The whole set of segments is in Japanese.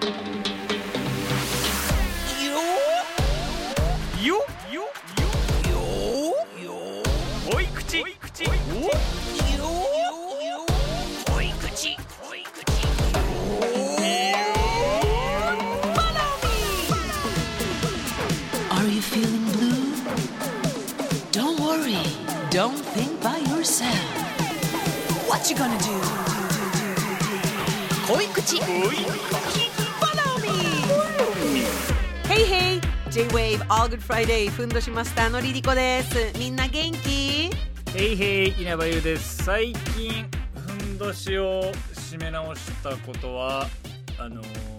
濃い口 Are you feeling blue? Don't worry, don't think by yourself. What you gonna do? 濃い口 Follow me. Hey hey, J-Wave All Good Friday ふんどしマスターのリリコです。みんな元気？ へいへい、稲葉優です。最近ふんどしを締め直したことはなんだろ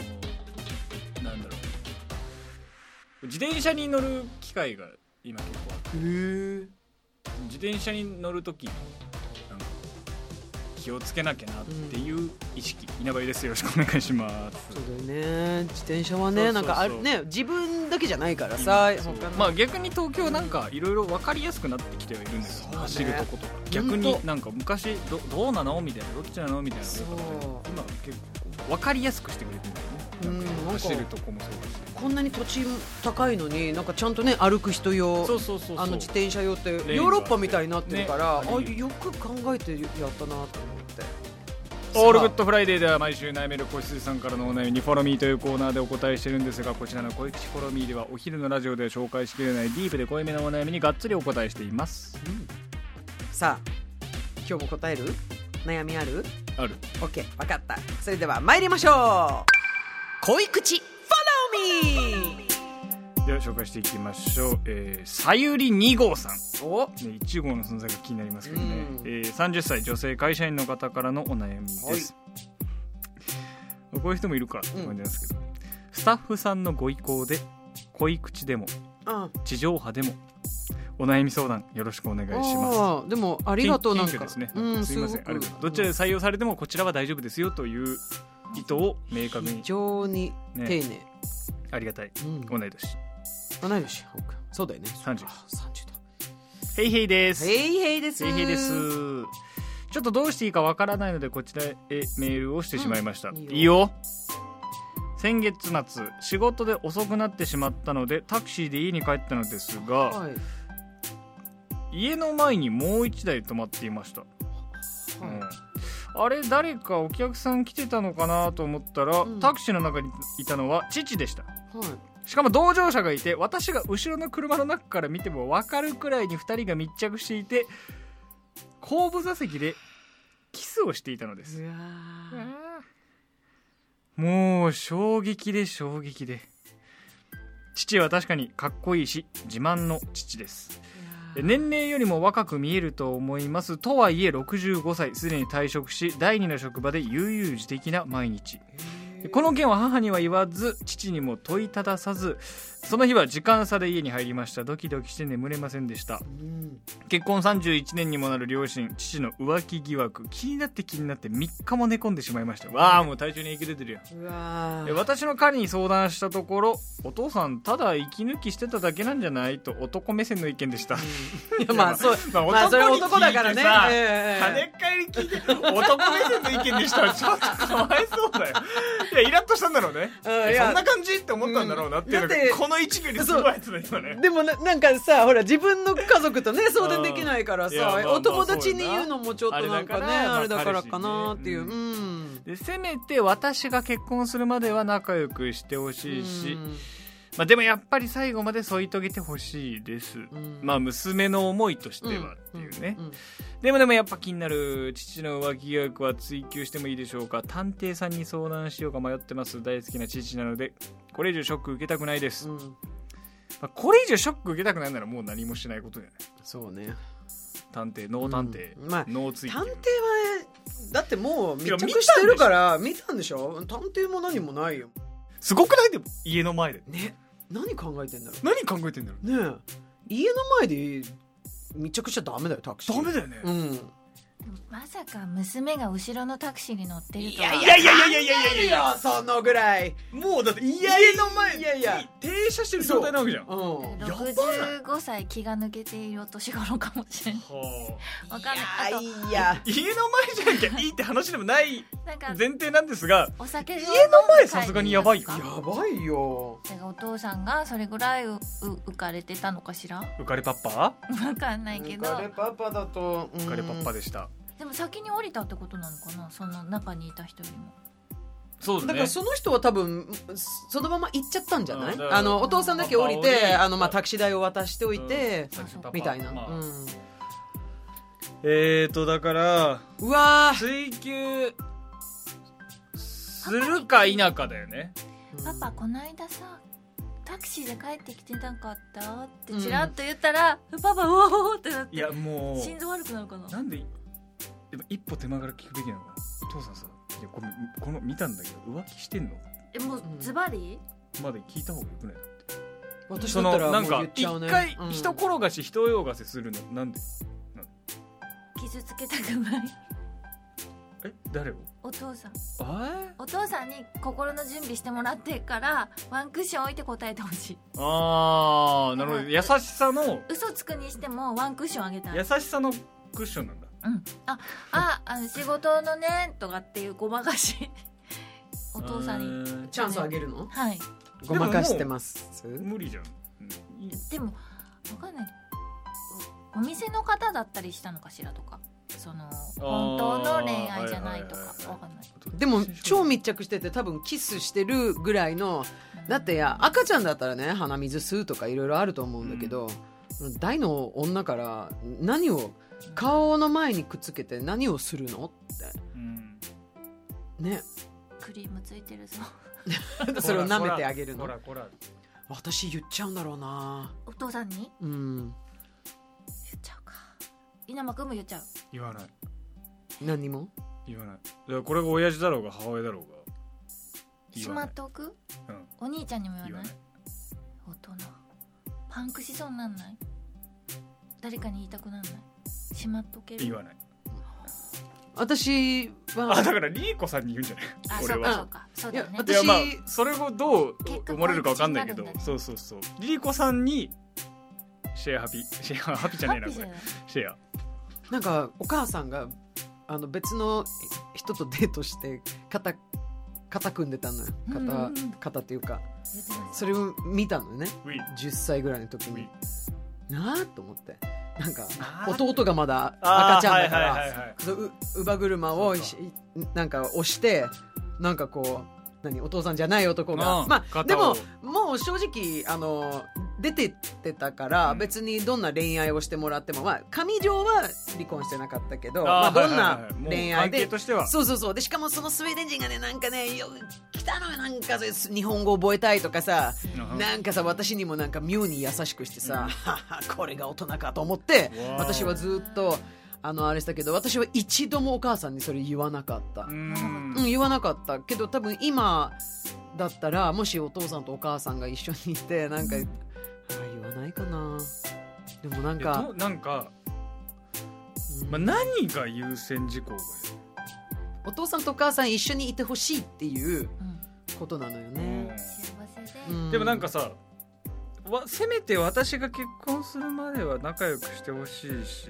う、自転車に乗る機会が今結構あって、自転車に乗るときになんか気をつけなきゃなっていう意識、稲葉優です。よろしくお願いします。 そうだよね、自転車はね、 そうそうそう、 なんかあるね、自分だけじゃないからさ、 まあ逆に東京なんかいろいろ分かりやすくなってきてはいるんだけど、走るとことか逆になんか昔 どうなのみたいな、どっちなのみたいなのが今結構分かりやすくしてくれてるんだよね。なんか走るとこもそうだし、 こんなに土地高いのになんかちゃんとね歩く人用、 そう自転車用ってヨーロッパみたいになってるから、ね、よく考えてやったなと思って。 オールグッドフライデーでは毎週悩める子羊さんからのお悩みにフォローミーというコーナーでお答えしてるんですが、こちらの恋口フォローミーではお昼のラジオでは紹介しきれないディープで濃いめのお悩みにがっつりお答えしています、 さあ今日も答える悩みある？ ある。 OK、 分かった。それでは参りましょう。恋口フォローミー。 では紹介していきましょう。さゆり2号さん、 お、 ね、1号の存在が気になりますけどね、30歳女性会社員の方からのお悩みです、こういう人もいるかって感じなんですけど、スタッフさんのご意向で恋口でも地上波でもお悩み相談よろしくお願いします。 でもありがとう。なんかですね、すいません、ありがとう。どちらで採用されてもこちらは大丈夫ですよという意図を明確に、 非常に丁寧、ね、 ありがたい、同い年。 同い年、そうだよね。 30だ。 へいへいです。 へいへいです。ちょっとどうしていいかわからないのでこちらへメールをしてしまいました、いいよ。先月末仕事で遅くなってしまったのでタクシーで家に帰ったのですが、家の前にもう1台止まっていました、あれ誰かお客さん来てたのかなと思ったら、タクシーの中にいたのは父でした、しかも同乗者がいて、私が後ろの車の中から見ても分かるくらいに2人が密着していて、後部座席でキスをしていたのです。もう衝撃で父は確かにかっこいいし自慢の父です。年齢よりも若く見えると思います。とはいえ65歳、すでに退職し第二の職場で悠々自適な毎日。この件は母には言わず父にも問いたださず、その日は時間差で家に入りました。ドキドキして眠れませんでした、結婚31年にもなる両親、父の浮気疑惑気になって3日も寝込んでしまいました。わあ、もう体調に影響出てるよ。私の彼に相談したところ、お父さんただ息抜きしてただけなんじゃないと男目線の意見でした、 まあそれは男だからね、 跳ねっ返り聞いて男目線の意見でしたらちょっとかわいそうだよ。いやイラッとしたんだろうね、そんな感じって思ったんだろうなっていうのが、この一行にすごいやつだ今ね。 でもなんかさ、ほら自分の家族とね相談できないからさ、お友達に言うのもちょっとなんかね、あれだからかなっていう、 でせめて私が結婚するまでは仲良くしてほしいし、でもやっぱり最後まで添い遂げてほしいです、娘の思いとしてはっていうね、でもやっぱ気になる父の浮気疑惑は追及してもいいでしょうか。探偵さんに相談しようか迷ってます。大好きな父なのでこれ以上ショック受けたくないです、これ以上ショック受けたくないならもう何もしないことじゃない。 そうね、 探偵、ノー探偵、ノー追及。 探偵はね、だってもう密着してるから見たんでしょ。探偵も何もないよ。 すごくない？でも家の前でね、何考えてんだろう。 ねえ、家の前で密着しちゃダメだよ、タクシー。 ダメだよね、 まさか娘が後ろのタクシーに乗ってるとは。 いやそのぐらいもうだって家の前に停車してる状態なわけじゃん。 65歳気が抜けているお年頃かもしれない。わかんない。あといや家の前じゃなきゃいいって話でもないなんか前提なんですが、 お酒家の前さすがにやばいよ。 やばいよ。 だからお父さんがそれぐらい浮かれてたのかしら。 浮かれパッパ？ わかんないけど。 浮かれパパだと浮かれパッパでした。 でも先に降りたってことなのかな、その中にいた人よりも。 そうだね。 だからその人は多分そのまま行っちゃったんじゃない？お父さんだけ降りパてパタクシー代を渡しておいて、みたいな、 だからうわ追求するか否かだよね。 パパこの間さタクシーで帰ってきてなかったってチラッと言ったら、パパうおーってなって、 いやもう心臓悪くなるかな。 なんででも一歩手間から聞くべきなのかな。お父さんさ、いやこの見たんだけど浮気してんの？ もうズバリまで聞いた方がよくない？だって私だったらもう言っちゃうね。 一回人転がし人泳がせするのなんで？ 傷つけたくない。 誰を？ お父さん。 お父さんに心の準備してもらってからワンクッション置いて答えてほしい。 ああなるほど。優しさの嘘つくにしてもワンクッションあげたい。 優しさのクッションなんだ。 仕事のねとかっていうごまかしお父さんにチャンスあげるの？ はい。 ごまかしてます。 無理じゃん。 でも分かんない。お店の方だったりしたのかしらとか、その本当の恋愛じゃないとか分かんない。 でも超密着してて多分キスしてるぐらいの、だって赤ちゃんだったらね鼻水吸うとかいろいろあると思うんだけど、大の女から何を顔の前にくっつけて何をするのって、ね。 クリームついてるぞ。 それを舐めてあげるの？ こら私言っちゃうんだろうな。 お父さんに？言っちゃうか。稲間君も言っちゃう？ 言わない。 何にも言わない。だからこれが親父だろうが母親だろうがしまっておく？お兄ちゃんにも言わない？大人パンクしそうになんない？誰かに言いたくなんない？しまっとける？ 言わない。 私はだからリーコさんに言うんじゃない？俺は。 そうだね。 いやそれをどう思われるか分かんないけど、そうリーコさんにシェアハピじゃねえなこれ。シェア。 なんかお母さんが別の人とデートして肩組んでたのよ。肩っていうかそれを見たのよね。10歳ぐらいの時になあと思って。なんか弟がまだ赤ちゃんだから乳母車をなんか押してなんかこうお父さんじゃない男がでももう正直出てってたから別にどんな恋愛をしてもらっても上条は離婚してなかったけどどんな恋愛でそうでしかもそのスウェーデン人がねなんかね来たのよなんか日本語覚えたいとかさなんかさ私にもなんか妙に優しくしてさこれが大人かと思って私はずっとあれしたけど私は一度もお母さんにそれ言わなかった言わなかったけど多分今だったらもしお父さんとお母さんが一緒にいてなんか言わないかな。でもなんか何が優先事項がお父さんとお母さん一緒にいてほしいっていうことなのよね。 幸せででもなんかさせめて私が結婚するまでは仲良くしてほしいし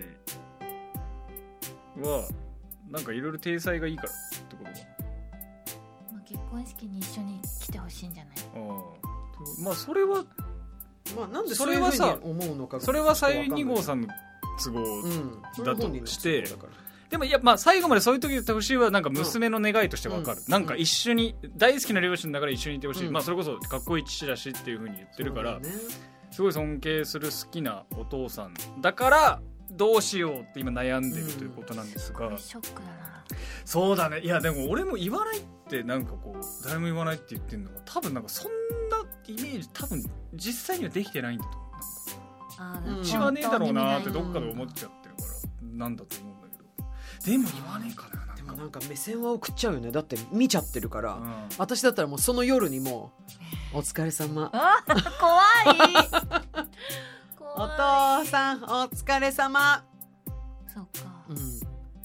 なんかいろいろ体裁がいいからってことかな。 結婚式に一緒に来てほしいんじゃない？ それはなんでそういうふうに思うのかそれは最2号さんの都合だとして、でも最後までそういう時言ってほしいはなんか娘の願いとして分かる、なんか一緒に大好きな両親だから一緒にいてほしい、それこそかっこいい父だしっていう風に言ってるから、すごい尊敬する好きなお父さんだからどうしようって今悩んでるということなんですが、 ショックだな。 そうだね。いやでも俺も言わないってなんかこう誰も言わないって言ってるのは多分なんかそんなイメージ多分実際にはできてないんだと思う。うちはねえだろうなってどっかで思っちゃってるからなんだと思うんだけど、でも言わねえかな。 でもなんか目線は送っちゃうよね。だって見ちゃってるから、私だったらもうその夜にもうお疲れ様怖いお父さんお疲れ様。 そうか、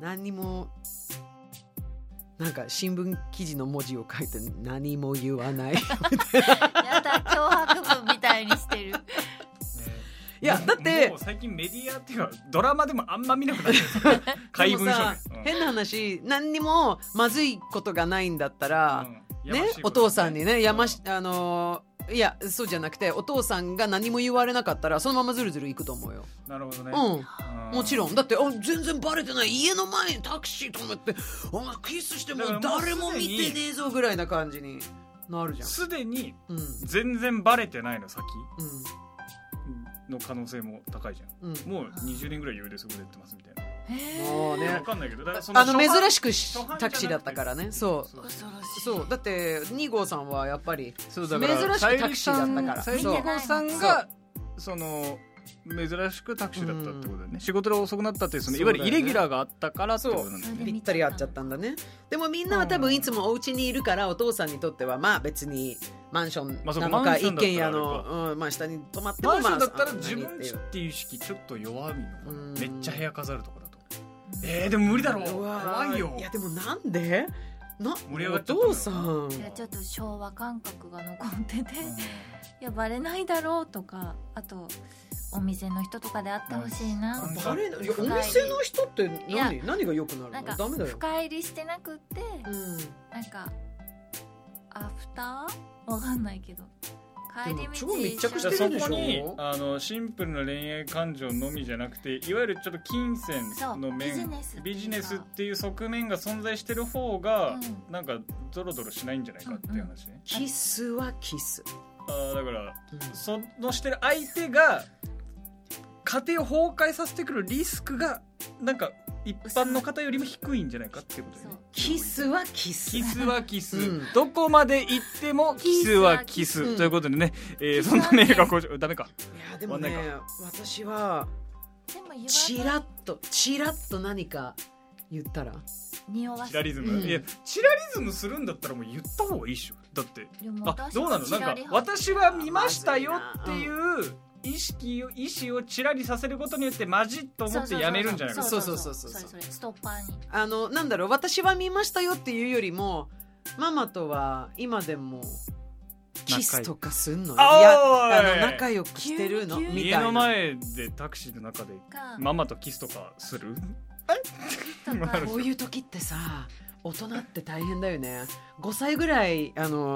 何にもなんか新聞記事の文字を書いて何も言わないやだ、脅迫文みたいにしてる。 いやだってもう最近メディアっていうかドラマでもあんま見なくなった怪文書で、 変な話、何にもまずいことがないんだったら、ね、お父さんにね、いやそうじゃなくて、お父さんが何も言われなかったらそのままずるずるいくと思うよ。 なるほどね。 もちろんだって全然バレてない、家の前にタクシー止めてお前キスしても誰も見てねえぞぐらいな感じになるじゃん。 すでに全然バレてないの先、の可能性も高いじゃん、もう20年ぐらい余裕でそこでやってますみたいな。 もうね、 分かんないけど、だ珍しくタクシーだったからね。そうだって2号さんはやっぱり珍しくタクシーだったから、 2号さんがその珍しくタクシーだったってことだよね。仕事で遅くなったっていう、そのいわゆるイレギュラーがあったからってことなんだよね。 ぴったり合っちゃったんだね。でもみんなは多分いつもお家にいるから、お父さんにとってはまあ別にマンションなのか一軒家の下に泊まっても、 マンションだったら自分家っていう意識ちょっと弱いのかな。めっちゃ部屋飾るとこだとでも無理だろう。怖いよ。 いやでもなんで盛り上がっちゃったお父さん、 いやちょっと昭和感覚が残ってて、いやバレないだろうとか、あとお店の人とかで会ってほしいな。 バレない。お店の人って何が良くなるの？ なんかダメだよ。 深入りしてなくって、なんかアフターわかんないけど、帰り道超密着してるでしょ。 そこにシンプルな恋愛感情のみじゃなくて、いわゆるちょっと金銭の面、ビジネスっていう側面が存在してる方が、なんかドロドロしないんじゃないかっていう話ね。 キスはキス。 だから、そのしてる相手が家庭を崩壊させてくるリスクがなんか一般の方よりも低いんじゃないかっていうことだよね。 キスはキス、 キスはキス、どこまで行ってもキスはキスということでね、そんなメールがダメか。 いやでもね、私はチラッと何か言ったらチラリズム、いやチラリズムするんだったらもう言った方がいいっしょ。だってどうなの、なんか私は見ましたよっていう意思をチラリさせることによってマジッと思ってやめるんじゃないか。 そうストッパーになんだろう、私は見ましたよっていうよりも、ママとは今でもキスとかすんの？いや仲良くしてるのみたいな。 家の前でタクシーの中でママとキスとかする？ こういう時ってさ、大人って大変だよね。5歳ぐらい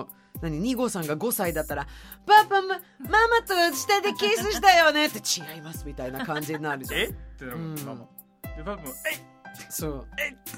2号さんが5歳だったら、パパママと下でキスしたよねって、違いますみたいな感じになるじゃん。 ってなるママで、パパもそう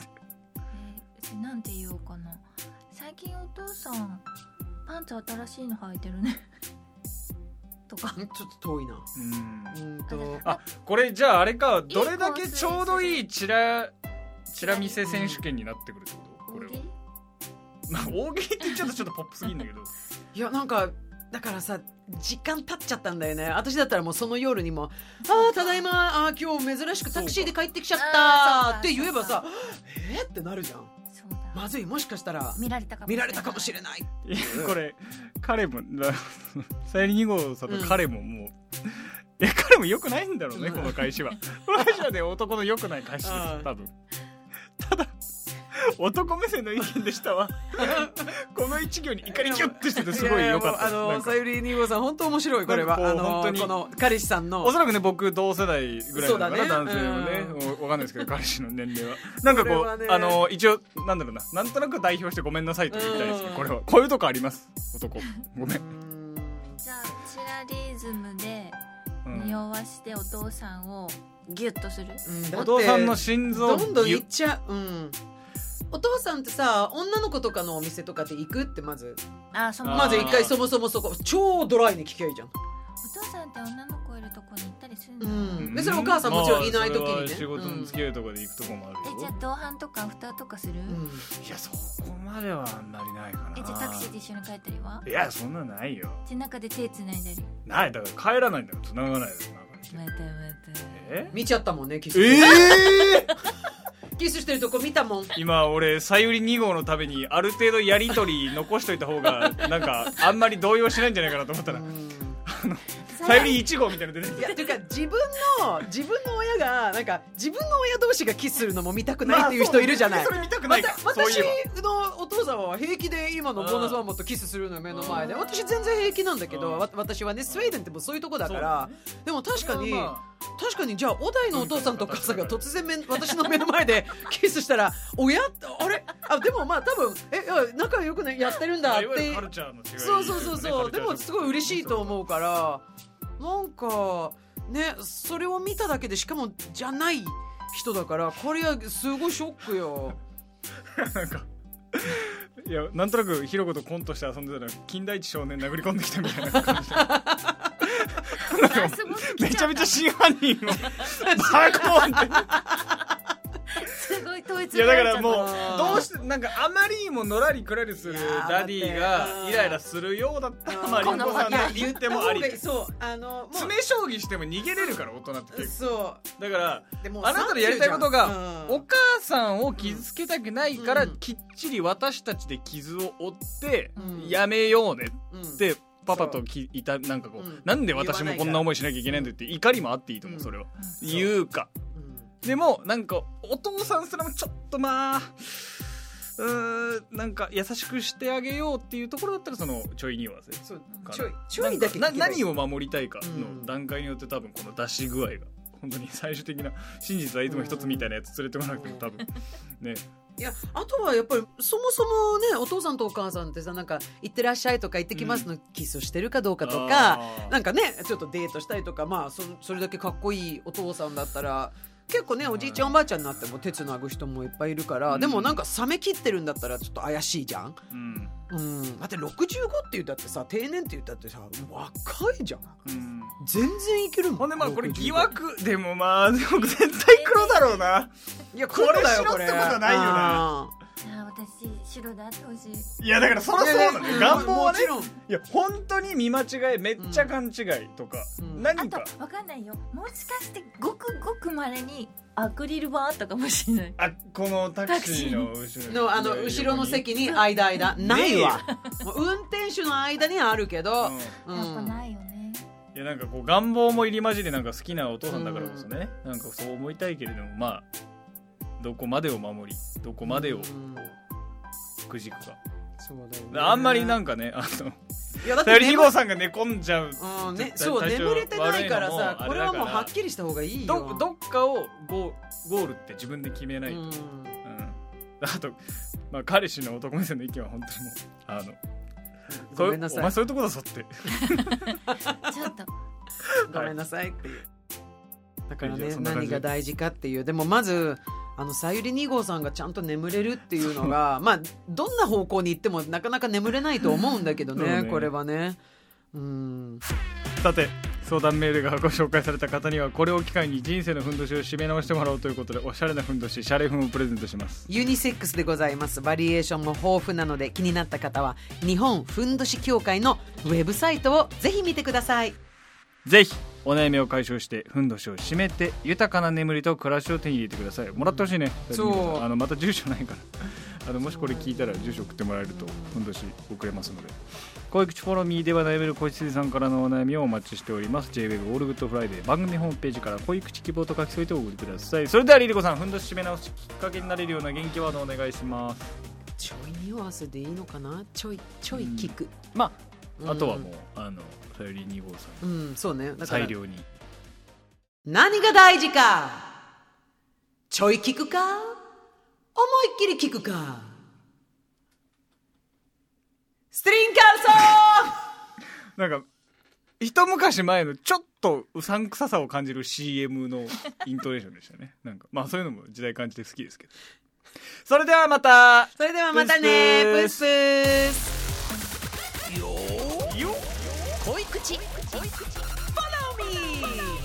なんて言おうかな。最近お父さんパンツ新しいの履いてるねとかちょっと遠いな。 これじゃああれか、どれだけちょうどいいチラ見せ選手権になってくるってこと？これは大喜利って言っちゃうとちょっとポップすぎるんだけどいやなんかだからさ、時間経っちゃったんだよね。私だったらもうその夜にもただいま今日珍しくタクシーで帰ってきちゃったって言えばさ、ってなるじゃん。まずい、もしかしたら見られたかもしれない。 これ彼もさゆり2号さんと彼ももう、彼も良くないんだろうね、この返しは。マジで男の良くない返しです多分。ただ男目線の意見でしたわこの一行に怒りキュッてしててすごい良かった。 さゆり2号さん本当面白い。これは本当にこの彼氏さんの、 おそらくね僕同世代ぐらいなのかな、男性もね、分かんないですけど彼氏の年齢はなんかこう一応なんだろうな、なんとなく代表してごめんなさいと言いたいですけど、これはこういうとこあります。男ごめん。 じゃあチラリズムで匂わしてお父さんをギュッとする、 お父さんの心臓をどんどんいっちゃう。お父さんってさ、女の子とかのお店とかで行くってまず一回そもそもそこ超ドライに聞きゃいいじゃん。 お父さんって女の子いるとこに行ったりするの？ でそれお母さんもちろんいない時にね、 仕事の付き合いとかで行くとこもあるよ。 じゃあ同伴とかアフターとかする？ いやそこまではあんまりないかな。 じゃあタクシーで一緒に帰ったりは？ いやそんなのないよ。 じゃあ中で手繋いだり？ ない、だから帰らないんだよ、繋がないよ。 また見ちゃったもんね、キス。キスしてるとこ見たもん。 今俺さゆり2号のためにある程度やり取り残しといた方がなんかあんまり動揺しないんじゃないかなと思ったらささゆり1号みたいなの出てきいやというか自分の親がなんか自分の親同士がキスするのも見たくないっていう人いるじゃない、 それ見たくないか、 私のお父さんは平気で今のボーナスママとキスするのよ目の前で。私全然平気なんだけど、私はねスウェーデンってもうそういうとこだから、でも確かにじゃあ小田井のお父さんとお母さんが突然私の目の前でキスしたら親あれでもまあ多分仲良くねやってるんだってカルチャーの違い、 そうでもすごい嬉しいと思うから、なんかねそれを見ただけで、しかもじゃない人だから、これはすごいショックよ。 なんかいやなんとなくヒロコとコントして遊んでたら金田一少年殴り込んできたみたいな感じめちゃめちゃ真犯人をバコーンってすごい統一。 いやだからもうどうしてなんかあまりにものらりくらりするダディがイライラするようだったらまあリンゴさんが言ってもあり。 そうもう詰将棋しても逃げれるから大人って結構。 そうだからでもあなたのやりたいことが、お母さんを傷つけたくないから、きっちり私たちで傷を負ってやめようねって、パパとなんかこう、なんで私もこんな思いしなきゃいけないんだって怒りもあっていいと思う、それは、言うか、でもなんかお父さんすらもちょっとまあなんか優しくしてあげようっていうところだったらそのちょいに合わせ、 ちょいだけ何を守りたいかの段階によって多分この出し具合が本当に最終的な真実はいつも一つみたいなやつ連れてこなくても多分ね。 いやあとはやっぱりそもそもねお父さんとお母さんってさ、なんか行ってらっしゃいとか行ってきますのキスをしてるかどうかとか、なんかねちょっとデートしたりとか、まあそれだけかっこいいお父さんだったら結構ねおじいちゃんおばあちゃんになっても手つなぐ人もいっぱいいるから、でもなんか冷め切ってるんだったらちょっと怪しいじゃん。だって65って言ったってさ、定年って言ったってさ若いじゃん、全然いけるもん。 ほんでまあこれ疑惑でもまあでも絶対黒だろうな。いやこれ白ってことはないよな。 私白であってほしい。 いやだからそりゃそうなのよ、願望はね。いや本当に見間違いめっちゃ勘違いとか、何かあと分かんないよ、もしかしてごくごくまれにアクリル板あったかもしれない。 このタクシーの後ろ後ろの席に間ないわ。もう運転手の間にあるけど、やっぱないよね。 いやなんかこう願望も入り混じり、なんか好きなお父さんだからこそね、なんかそう思いたいけれども、まあどこまでを守りどこまでをくじくか。 そうだよね、 あんまりなんかねさゆり2号さんが寝込んじゃう、 そう眠れてないからさ、これはもうはっきりした方がいいよ。 どっかをゴールって自分で決めないと。あと、まあ、彼氏の男目線の意見は本当にもうごめんなさい、 お前そういうとこだぞってちょっとごめんなさいっていう。だからね、何が大事かっていう。でもまずさゆり2号さんがちゃんと眠れるっていうのがまあどんな方向に行ってもなかなか眠れないと思うんだけどねこれはね。 さて相談メールがご紹介された方にはこれを機会に人生のふんどしを締め直してもらおうということで、おしゃれなふんどしシャレふんをプレゼントします。 ユニセックスでございます。バリエーションも豊富なので気になった方は日本ふんどし協会のウェブサイトをぜひ見てください。 ぜひお悩みを解消してふんどしを締めて豊かな眠りと暮らしを手に入れてください。もらってほしいね。そうまた住所ないからもしこれ聞いたら住所送ってもらえるとふんどし送れますので。恋口フォローミーでは悩める恋辻さんからのお悩みをお待ちしております。 JWEB オールグッドフライデー番組ホームページから恋口希望と書き添えてお送りください。それではリリコさん、ふんどし締め直しきっかけになれるような元気ワードお願いします。 ちょい匂わせでいいのかな。ちょい聞く、 まああとはもうさゆり2号さん、 そうね、だから裁量に何が大事か、ちょい聞くか思いっきり聞くか。ストリンカルソンなんか一昔前のちょっとうさんくささを感じる CM のイントネーションでしたね。なんかまあそういうのも時代感じて好きですけど。それではまたね。プスプスよ恋口 Follow me